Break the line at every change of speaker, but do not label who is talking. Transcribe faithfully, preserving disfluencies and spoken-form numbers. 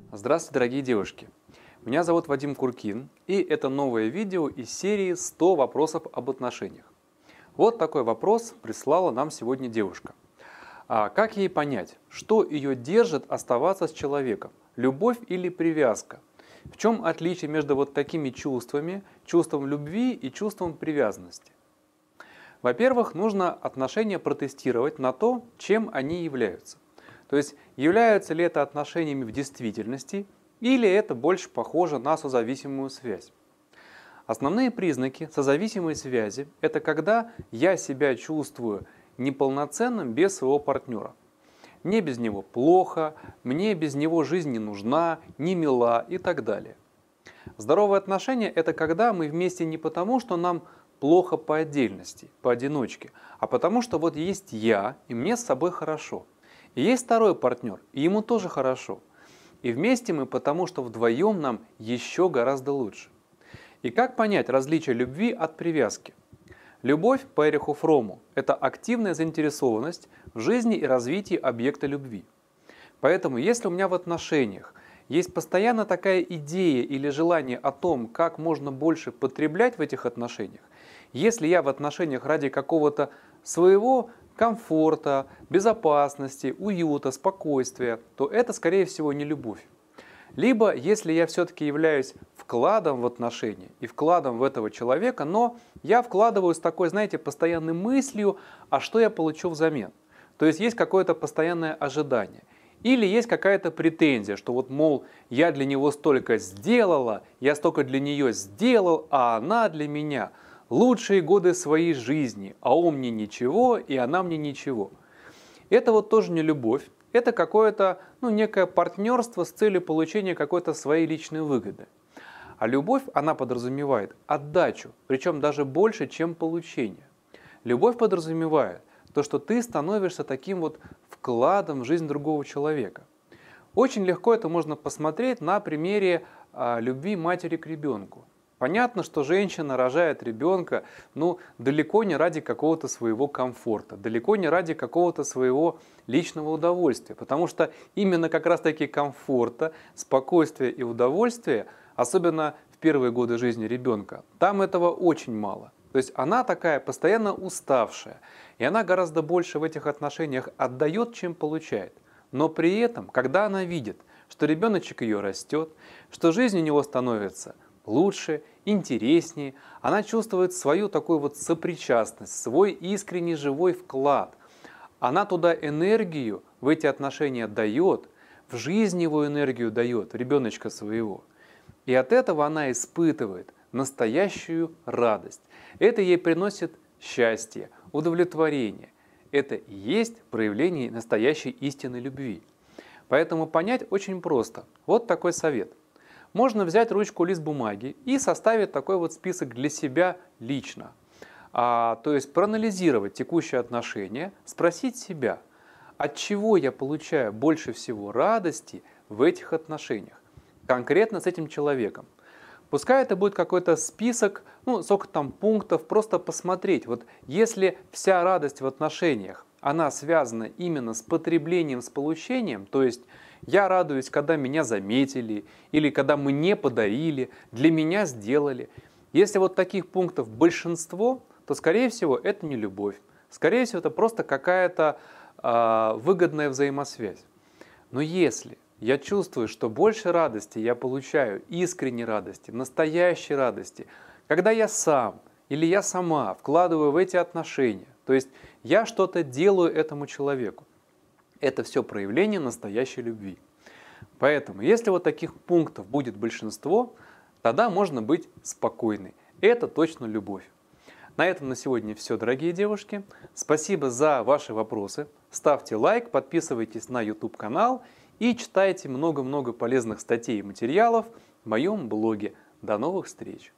Здравствуйте, дорогие девушки! Меня зовут Вадим Куркин, и это новое видео из серии сто вопросов об отношениях. Вот такой вопрос прислала нам сегодня девушка. А как ей понять, что ее держит оставаться с человеком? Любовь или привязка? В чем отличие между вот такими чувствами, чувством любви и чувством привязанности? Во-первых, нужно отношения протестировать на то, чем они являются. То есть, являются ли это отношениями в действительности, или это больше похоже на созависимую связь. Основные признаки созависимой связи – это когда я себя чувствую неполноценным без своего партнера. Мне без него плохо, мне без него жизнь не нужна, не мила и так далее. Здоровые отношения – это когда мы вместе не потому, что нам плохо по отдельности, поодиночке, а потому что вот есть я, и мне с собой хорошо. И есть второй партнер, и ему тоже хорошо. И вместе мы потому, что вдвоем нам еще гораздо лучше. И как понять различие любви от привязки? Любовь по Эриху Фрому – это активная заинтересованность в жизни и развитии объекта любви. Поэтому если у меня в отношениях есть постоянно такая идея или желание о том, как можно больше потреблять в этих отношениях, если я в отношениях ради какого-то своего комфорта, безопасности, уюта, спокойствия, то это, скорее всего, не любовь. Либо, если я все-таки являюсь вкладом в отношения и вкладом в этого человека, но я вкладываю с такой, знаете, постоянной мыслью, а что я получу взамен. То есть есть какое-то постоянное ожидание. Или есть какая-то претензия, что вот, мол, я для него столько сделала, я столько для нее сделал, а она для меня лучшие годы своей жизни, а он мне ничего, и она мне ничего. Это вот тоже не любовь, это какое-то, ну, некое партнерство с целью получения какой-то своей личной выгоды. А любовь, она подразумевает отдачу, причем даже больше, чем получение. Любовь подразумевает то, что ты становишься таким вот вкладом в жизнь другого человека. Очень легко это можно посмотреть на примере а, любви матери к ребенку. Понятно, что женщина рожает ребенка, ну, далеко не ради какого-то своего комфорта, далеко не ради какого-то своего личного удовольствия, потому что именно как раз-таки комфорта, спокойствия и удовольствия, особенно в первые годы жизни ребенка, там этого очень мало. То есть она такая постоянно уставшая, и она гораздо больше в этих отношениях отдает, чем получает. Но при этом, когда она видит, что ребеночек ее растет, что жизнь у него становится лучше, интереснее, она чувствует свою такую вот сопричастность, свой искренний живой вклад. Она туда энергию в эти отношения дает, в жизнь его энергию дает, ребеночка своего. И от этого она испытывает настоящую радость. Это ей приносит счастье, удовлетворение. Это и есть проявление настоящей истинной любви. Поэтому понять очень просто. Вот такой совет. Можно взять ручку, лист бумаги и составить такой вот список для себя лично. А, то есть проанализировать текущие отношения, спросить себя, от чего я получаю больше всего радости в этих отношениях, конкретно с этим человеком. Пускай это будет какой-то список, ну, сколько там пунктов, просто посмотреть. Вот если вся радость в отношениях, она связана именно с потреблением, с получением, то есть я радуюсь, когда меня заметили, или когда мне подарили, для меня сделали. Если вот таких пунктов большинство, то, скорее всего, это не любовь. Скорее всего, это просто какая-то э, выгодная взаимосвязь. Но если я чувствую, что больше радости я получаю, искренней радости, настоящей радости, когда я сам или я сама вкладываю в эти отношения, то есть я что-то делаю этому человеку, это все проявление настоящей любви. Поэтому, если вот таких пунктов будет большинство, тогда можно быть спокойной. Это точно любовь. На этом на сегодня все, дорогие девушки. Спасибо за ваши вопросы. Ставьте лайк, подписывайтесь на YouTube канал и читайте много-много полезных статей и материалов в моем блоге. До новых встреч!